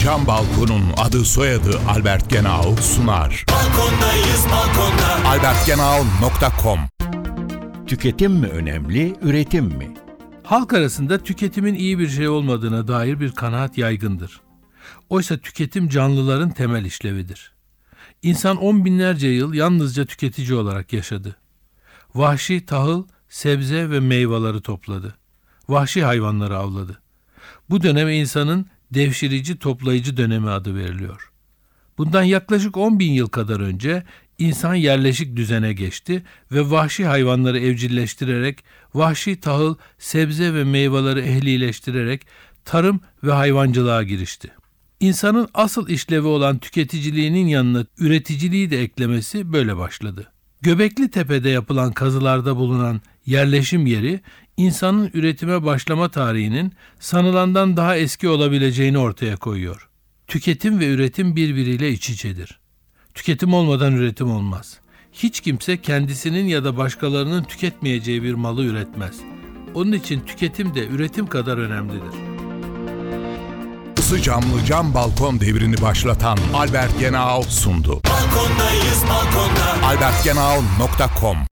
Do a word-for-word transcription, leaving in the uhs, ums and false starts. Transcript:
Cam Balkon'un adı soyadı Albert Genau sunar. Balkondayız balkonda. albert genau nokta com. Tüketim mi önemli, üretim mi? Halk arasında tüketimin iyi bir şey olmadığına dair bir kanaat yaygındır. Oysa tüketim canlıların temel işlevidir. İnsan on binlerce yıl yalnızca tüketici olarak yaşadı. Vahşi tahıl, sebze ve meyveleri topladı. Vahşi hayvanları avladı. Bu döneme insanın devşirici toplayıcı dönemi adı veriliyor. Bundan yaklaşık on bin yıl kadar önce insan yerleşik düzene geçti ve vahşi hayvanları evcilleştirerek, vahşi tahıl, sebze ve meyveleri ehlileştirerek tarım ve hayvancılığa girişti. İnsanın asıl işlevi olan tüketiciliğinin yanına üreticiliği de eklemesi böyle başladı. Göbekli Tepe'de yapılan kazılarda bulunan yerleşim yeri, insanın üretime başlama tarihinin sanılandan daha eski olabileceğini ortaya koyuyor. Tüketim ve üretim birbiriyle iç içedir. Tüketim olmadan üretim olmaz. Hiç kimse kendisinin ya da başkalarının tüketmeyeceği bir malı üretmez. Onun için tüketim de üretim kadar önemlidir. Isı camlı cam balkon devrini başlatan Albert Genau sundu. Balkondayız balkonda. albert genau nokta com